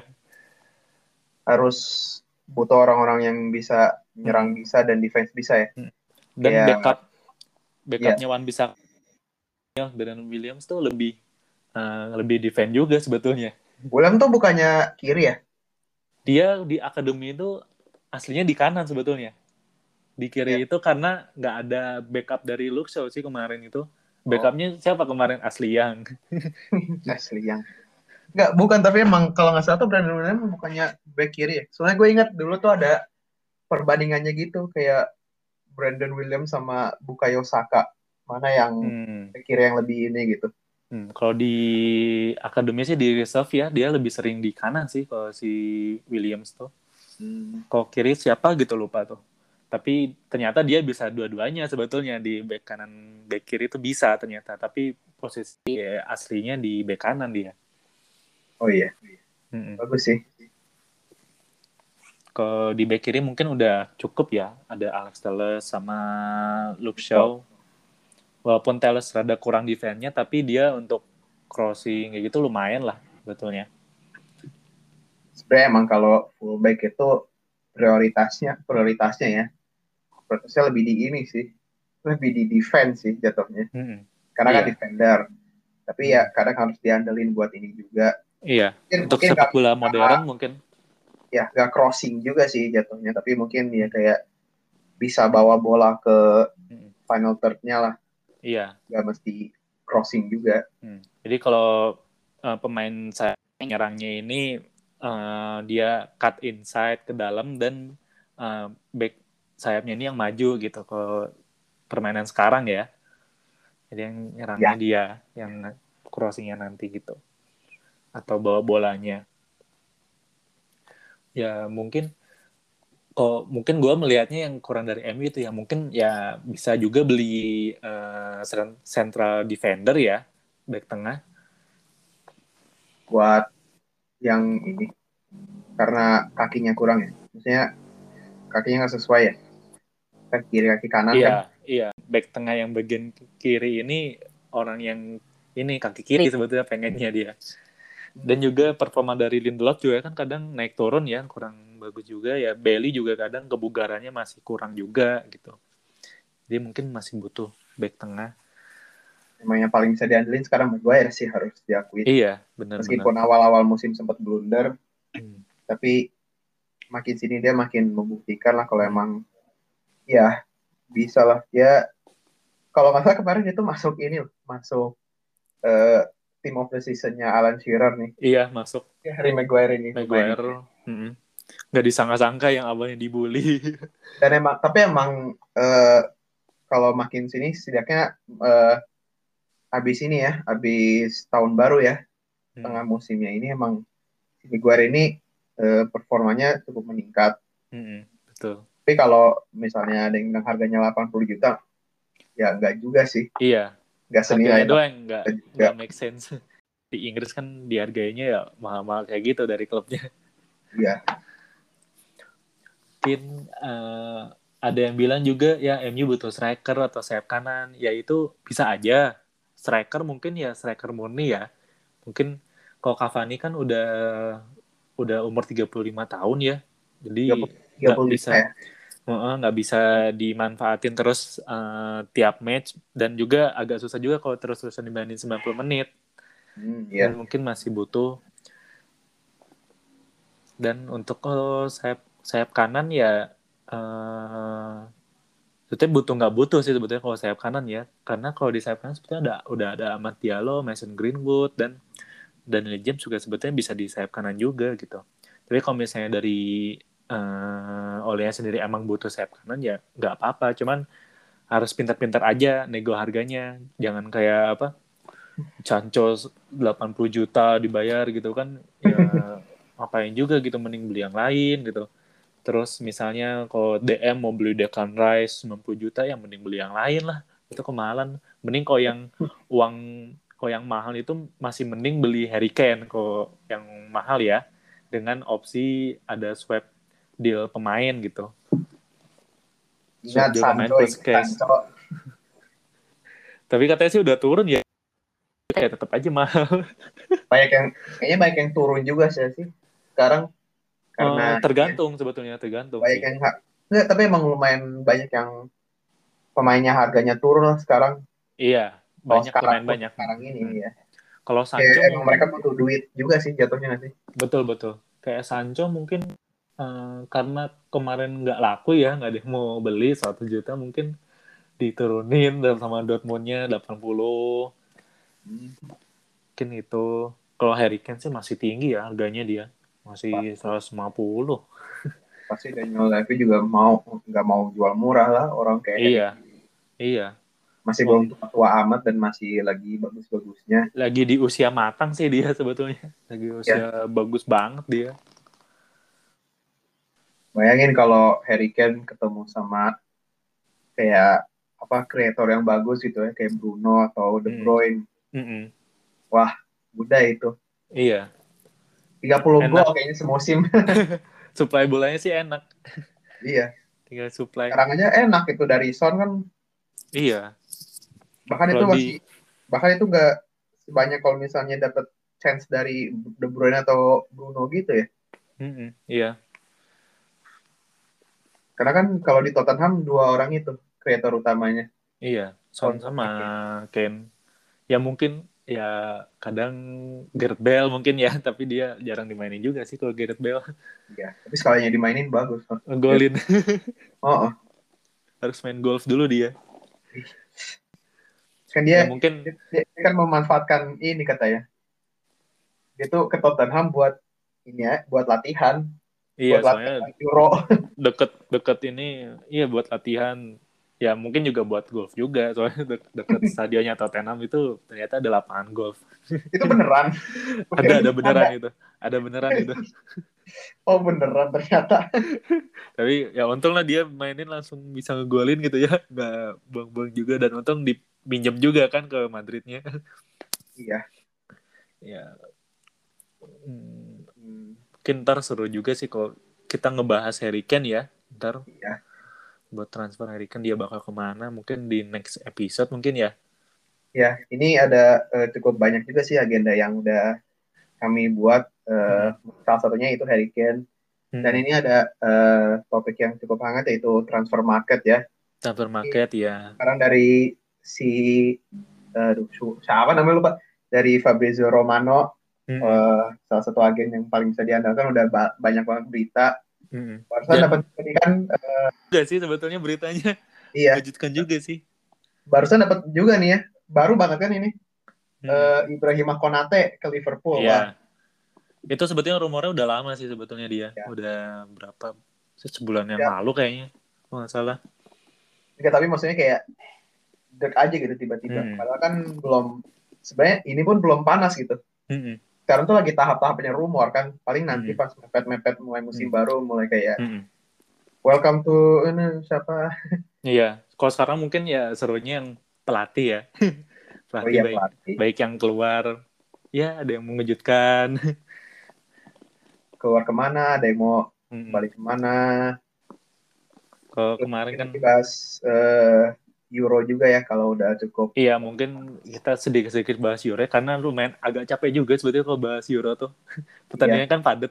harus butuh orang-orang yang bisa nyerang Hmm. bisa dan defense bisa ya. Hmm. Dan Kayak ya, backupnya Wan Bisaka, Brandon Williams tuh lebih lebih defense juga sebetulnya. William tuh bukannya kiri ya? Dia di akademi itu aslinya di kanan sebetulnya. Di Ya, kiri itu karena nggak ada backup dari Luxo sih kemarin itu. oh, Backupnya siapa kemarin? Asli yang. asli yang nggak bukan, tapi emang kalau nggak salah tuh Brandon Williams bukannya back kiri ya. Soalnya gue ingat dulu tuh ada perbandingannya gitu kayak Brandon Williams sama Bukayo Saka, mana yang Hmm. back kiri yang lebih ini gitu. Kalau di akademi sih di reserve ya, dia lebih sering di kanan sih kalau si Williams tuh. Hmm. Kalau kiri siapa gitu lupa tuh. Tapi ternyata dia bisa dua-duanya sebetulnya, di back kanan back kiri itu bisa ternyata. Tapi posisi aslinya di back kanan dia. Oh iya, Hmm. bagus sih. Kalau di back kiri mungkin udah cukup ya. Ada Alex Telles sama Luke Oh, Shaw. Walaupun Telles rada kurang defense-nya, tapi dia untuk crossing kayak gitu lumayan lah betulnya. sebenarnya emang kalau fullback itu prioritasnya ya, prioritasnya lebih di ini sih, lebih di defense sih jatuhnya. Hmm. Karena kan Iya. defender, tapi ya Hmm. kadang harus diandelin buat ini juga. Iya. Mungkin Untuk mungkin sepak bola modern mungkin. nggak crossing juga sih jatuhnya, tapi mungkin ya Hmm. kayak bisa bawa bola ke Hmm. final third-nya lah, Iya. nggak mesti crossing juga. Jadi kalau pemain saya nyerangnya ini dia cut inside ke dalam, dan back sayapnya ini yang maju gitu ke permainan sekarang ya. Jadi yang nyerangnya Ya, dia, yang crossingnya nanti gitu, atau bawa bolanya. Ya mungkin kok mungkin gue melihatnya yang kurang dari MU itu ya, mungkin ya bisa juga beli central defender ya, back tengah. buat yang ini karena kakinya kurang ya, maksudnya kakinya nggak sesuai ya, kan kiri kaki kanan Iya, kan. iya. Back tengah yang bagian kiri ini orang yang ini kaki kiri sebetulnya pengennya dia. Dan juga performa dari Lindelof juga kan kadang naik turun ya, kurang bagus juga ya. Bailey juga kadang kebugarannya masih kurang juga gitu. Jadi mungkin masih butuh back tengah. Emang yang paling bisa diandelin sekarang Maguire sih harus diakui. Iya, benar-benar. Meskipun awal-awal musim sempat blunder, Hmm. tapi makin sini dia makin membuktikan lah kalau Hmm. emang ya bisa lah. Dia kalau nggak salah kemarin itu masuk ini loh, masuk eh, team of the season-nya Alan Shearer nih. Iya, masuk Ya, Harry Maguire ini pemain ini. Maguire. Nggak disangka-sangka yang awalnya dibully. Dan emang, tapi emang eh, kalau makin sini setidaknya eh, habis ini ya, habis tahun baru ya, Hmm. tengah musimnya ini emang si Maguire ini performanya cukup meningkat. Betul. Tapi kalau misalnya ada yang bilang harganya 80 juta, ya enggak juga sih. Iya, Enggak senilai harganya doang yang 80 nggak juta juga. nggak make sense. Di Inggris kan dihargainya ya mahal-mahal kayak gitu dari klubnya. Iya. Mungkin ada yang bilang juga ya MU butuh striker atau sayap kanan, ya itu bisa aja. Striker mungkin ya striker murni ya. Mungkin kalau Cavani kan udah umur 35 tahun ya. Jadi 30, nggak 35 bisa ya. nggak bisa dimanfaatin terus tiap match, dan juga agak susah juga kalau terus-terusan dibanding 90 menit. Dan Iya. mungkin masih butuh. Dan untuk sayap sayap kanan ya sebetulnya butuh nggak butuh sih sebetulnya kalau sayap kanan ya, karena kalau di sayap kanan sebetulnya udah ada Amad Diallo, Mason Greenwood, dan Daniel James juga sebetulnya bisa di sayap kanan juga gitu. Tapi kalau misalnya dari olehnya sendiri emang butuh sayap kanan ya nggak apa-apa, cuman harus pintar-pintar aja nego harganya, jangan kayak apa Sancho 80 juta dibayar gitu kan ya, ngapain juga gitu, mending beli yang lain gitu. Terus misalnya kalau DM mau beli Declan Rice 90 juta, yang mending beli yang lain lah. Itu kemahalan. Mending kalau yang uang kalau yang mahal itu masih mending beli Harry Kane kalau yang mahal ya. Dengan opsi ada swap deal pemain gitu. Swap Ingat deal pemain Sancho, plus ingat cash. Sancho. Tapi katanya sih udah turun ya. Kayak tetap aja mahal. Banyak yang kayaknya banyak yang turun juga sih sekarang karena ini ya, Tergantung sebetulnya, tergantung banyak sih. yang enggak, tapi emang lumayan banyak yang pemainnya harganya turun lah sekarang. Iya, Kalau banyak sekarang pemain pun banyak. sekarang ini ya. Kalau Kayak Sancho emang mungkin mereka butuh duit juga sih jatuhnya nanti. betul-betul. Kayak Sancho mungkin karena kemarin nggak laku ya, nggak ada yang mau beli 1 juta, mungkin diturunin dalam sama Dortmundnya 80, mungkin itu. Kalau Harry Kane sih masih tinggi ya harganya, dia masih Pasti, 150. pasti Daniel Levy juga mau nggak mau jual murah lah orang kayak Harry Iya, Kane. iya. Masih Wong belum tua-tua amat dan masih lagi bagus-bagusnya. lagi di usia matang sih dia sebetulnya, lagi usia Ya, bagus banget dia. bayangin kalau Harry Kane ketemu sama kayak apa kreator yang bagus gitu ya kayak Bruno atau De Mm, Bruyne. mm-mm. Wah, udah itu. Iya, 30 gol enak. kayaknya semusim. Supply bolanya sih enak, Iya. tinggal supply. Sekarang aja enak itu dari Son kan Iya, bahkan itu kalau masih di bahkan itu nggak sebanyak kalau misalnya dapat chance dari De Bruyne atau Bruno gitu ya. iya, Karena kan kalau di Tottenham dua orang itu kreator utamanya, iya, Son Son sama sama Kane. Kane. Ya mungkin ya kadang Gareth Bale mungkin ya, tapi dia jarang dimainin juga sih kalau Gareth Bale. Ya, tapi sekalinya dimainin bagus. Ya. Ngegolin. Oh, oh. Harus main golf dulu dia. Kan dia, Ya mungkin dia kan memanfaatkan ini katanya. Dia tuh ke Tottenham buat ini ya, iya, buat soalnya latihan Euro. deket ini, iya buat latihan. Ya mungkin juga buat golf juga, soalnya deket stadionnya Tottenham itu ternyata ada lapangan golf. Itu beneran. Kira Ada beneran ada. itu. Ada beneran itu. Oh beneran ternyata. Tapi ya untung lah dia mainin langsung bisa ngegolin gitu ya, nggak buang-buang juga, dan untung dipinjam juga kan ke Madridnya. Iya. Ya Hmm, mungkin ntar seru juga sih kalau kita ngebahas Harry Kane ya, ntar iya. buat transfer Harry Kane dia bakal kemana, mungkin di next episode mungkin ya. Ya, ini ada cukup banyak juga sih agenda yang udah kami buat. Salah satunya itu Harry Kane. Dan ini ada topik yang cukup hangat yaitu transfer market ya. Transfer market ya. Sekarang dari si siapa namanya lupa, dari Fabrizio Romano, salah satu agen yang paling bisa diandalkan, udah banyak banget berita. Barusan dapat ini kan juga sih sebetulnya beritanya. Iya. Mengejutkan juga sih. Barusan dapat juga nih ya, baru banget kan ini. Ibrahima Konate ke Liverpool. Iya. Wah. Itu sebetulnya rumornya udah lama sih sebetulnya dia. Ya. Udah berapa? Sebulan yang lalu kayaknya. Kalau nggak salah. Ya, tapi maksudnya kayak dek aja gitu tiba-tiba. Padahal kan sebenarnya ini pun belum panas gitu. Sekarang tuh lagi tahap-tahapnya rumor kan. Paling nanti pas mepet-mepet mulai musim baru, mulai kayak welcome to siapa. Iya. Kalau sekarang mungkin ya serunya yang pelatih ya. Pelatih baik yang keluar. Ya ada yang mengejutkan. Keluar kemana, ada yang mau balik kemana. Kalau kemarin kan bahas Euro juga ya kalau udah cukup. Iya mungkin kita sedikit bahas Euro karena lumayan agak capek juga sebetulnya kalau bahas Euro tuh. Pertandingannya kan padat.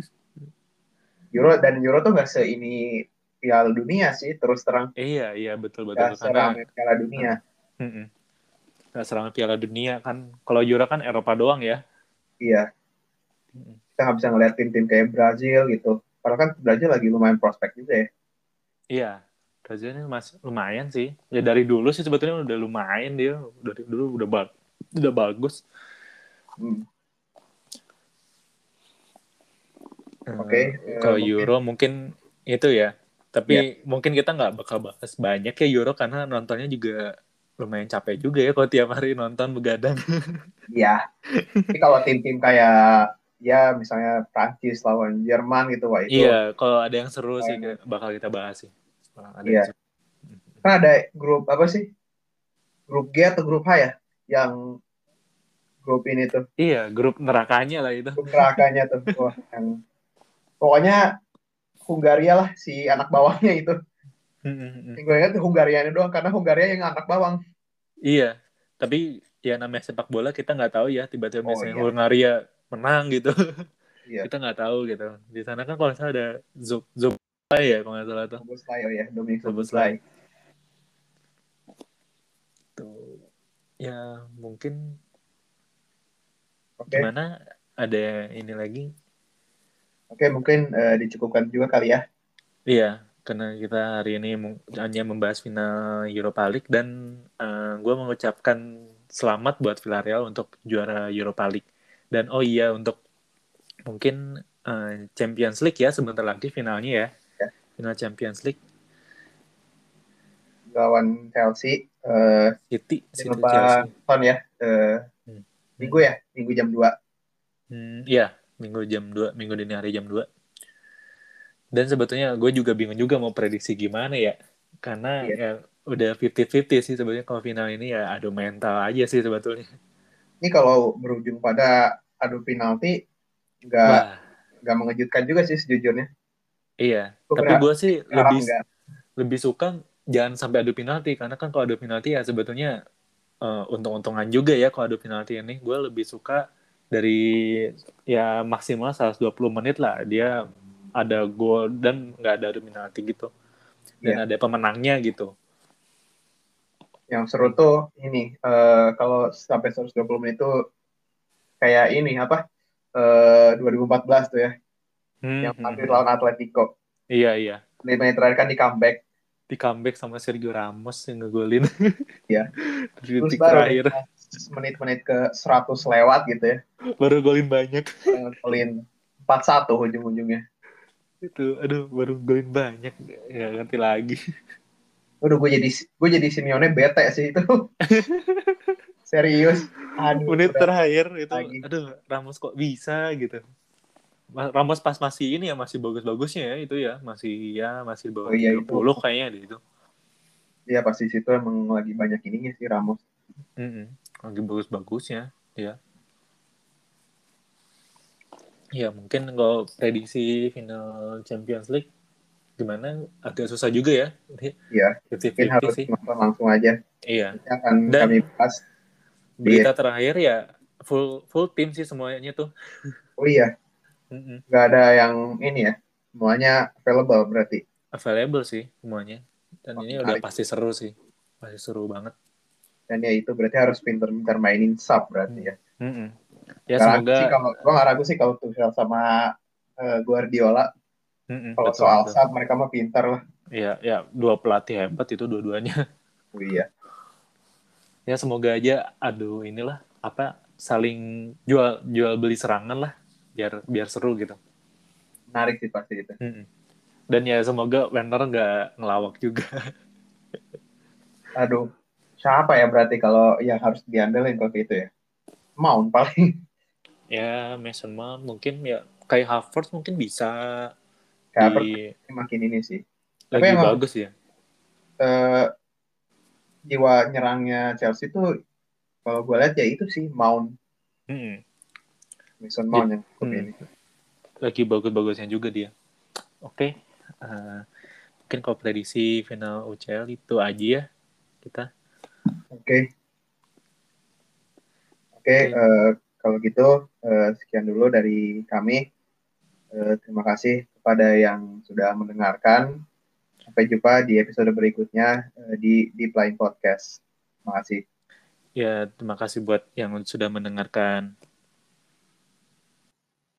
Euro tuh nggak ini Piala Dunia sih terus terang. Iya betul karena Piala Dunia. Nggak seramai Piala Dunia kan. Kalau Euro kan Eropa doang ya. Iya. Kita nggak bisa ngeliat tim-tim kayak Brazil gitu. Padahal kan Brazil lagi lumayan prospek juga ya. Iya. Brazil ini masih lumayan sih. Ya dari dulu sih sebetulnya udah lumayan dia. Dari dulu udah bagus. Oke. Kalau Euro mungkin itu ya. Tapi mungkin kita nggak bakal bahas banyak ya Euro karena nontonnya juga lumayan capek juga ya kalau tiap hari nonton begadang. Iya. Tapi kalau tim-tim kayak ya misalnya Prancis lawan Jerman gitu, wah itu. Iya, kalau ada yang seru sih bakal kita bahas sih. Iya. Kan ada grup apa sih? Grup G atau grup H ya? Yang grup ini tuh. Iya, grup nerakanya lah itu. Grup nerakanya tuh. Wah, yang pokoknya Hungaria lah si anak bawangnya itu. Yang gue ingat Hungarianya doang karena Hungaria yang anak bawang. Iya, tapi ya namanya sepak bola kita nggak tahu ya tiba-tiba misalnya Hungaria menang gitu. Iya. Kita nggak tahu gitu. Di sana kan kalau misalnya ada Zoboslai ya kalau nggak salah tuh. Zoboslai, oh ya, Dominik Zoboslai. Tuh. Ya mungkin gimana ada ini lagi. Oke, mungkin dicukupkan juga kali ya. Iya, karena kita hari ini hanya membahas final Europa League dan gue mengucapkan selamat buat Villarreal untuk juara Europa League. Dan oh iya untuk mungkin Champions League ya sebentar lagi finalnya ya. Final Champions League. Lawan Chelsea. City lupa Chelsea. Ya. Minggu ya, Minggu jam 2. Iya, Minggu jam 2, Minggu dini hari jam 2. Dan sebetulnya gue juga bingung juga mau prediksi gimana ya. Karena ya udah 50-50 sih sebetulnya kalau final ini ya adu mental aja sih sebetulnya. Ini kalau berujung pada adu penalti nggak mengejutkan juga sih sejujurnya. Iya, tapi gue sih lebih suka jangan sampai adu penalti karena kan kalau adu penalti ya sebetulnya untung-untungan juga ya kalau adu penalti ini. Gue lebih suka dari ya maksimal 120 menit lah dia ada gol dan nggak ada adu penalti gitu. Dan ada pemenangnya gitu. Yang seru tuh ini kalau sampai 120 menit itu kayak ini apa 2014 tuh ya. Yang Madrid lawan Atletico. Iya. 5 menit terakhir kan di comeback sama Sergio Ramos yang ngegolin. Iya. Terus baru menit-menit ke 100 lewat gitu ya. Baru golin banyak. Golin 4-1 ujung-ujungnya. Itu, baru golin banyak. Nggak ngerti lagi. Udah gue jadi Simeone bete sih itu. Serius. Menit terakhir itu, Ramos kok bisa gitu. Ramos pas masih ini ya masih bagus-bagusnya ya itu ya masih bawah 30 kayaknya deh itu. Iya pasti situ emang lagi banyak ininya sih Ramos. Lagi bagus-bagusnya ya. Ya mungkin kalau prediksi final Champions League gimana agak susah juga ya. Iya. Mungkin harus langsung aja. Iya. Akan kami bahas. Berita terakhir ya full tim sih semuanya tuh. Oh iya, Mm-mm. nggak ada yang ini ya, semuanya available berarti. Available sih semuanya. Dan Wah, ini udah menarik pasti juga. seru sih. Pasti seru banget. Dan ya itu berarti harus pinter-pinter mainin sub berarti Mm. ya. Mm-mm. Ya Gak ragu sih semoga. kalau gua nggak ragu sih kalau Tuchel sama Guardiola. Kalau Betul soal betul. sub mereka mah pinter lah. Ya ya dua pelatih hebat itu dua-duanya. Oh iya, Ya semoga aja aduh inilah apa saling jual jual beli serangan lah biar biar seru gitu. menarik sih pasti itu. Mm-mm. Dan ya semoga Werner nggak ngelawak juga. Aduh, siapa ya berarti kalau yang harus diandelin kalau gitu ya? Mount paling. Ya Mason Mount mungkin ya kayak Havertz mungkin bisa Kayak apa di makin ini sih. Tapi lagi emang bagus ya. eh, jiwa nyerangnya Chelsea tuh kalau gue lihat ya itu sih Mount, Mm-mm. Mason Jadi Mount yang cukup ini. lagi bagus-bagusnya juga dia. Oke, eh, mungkin kalau prediksi final UCL itu aja ya kita. Oke, oke. Oke, Kalau gitu sekian dulu dari kami. Terima kasih kepada yang sudah mendengarkan. Sampai jumpa di episode berikutnya di Blind Podcast. Terima kasih. ya terima kasih buat yang sudah mendengarkan.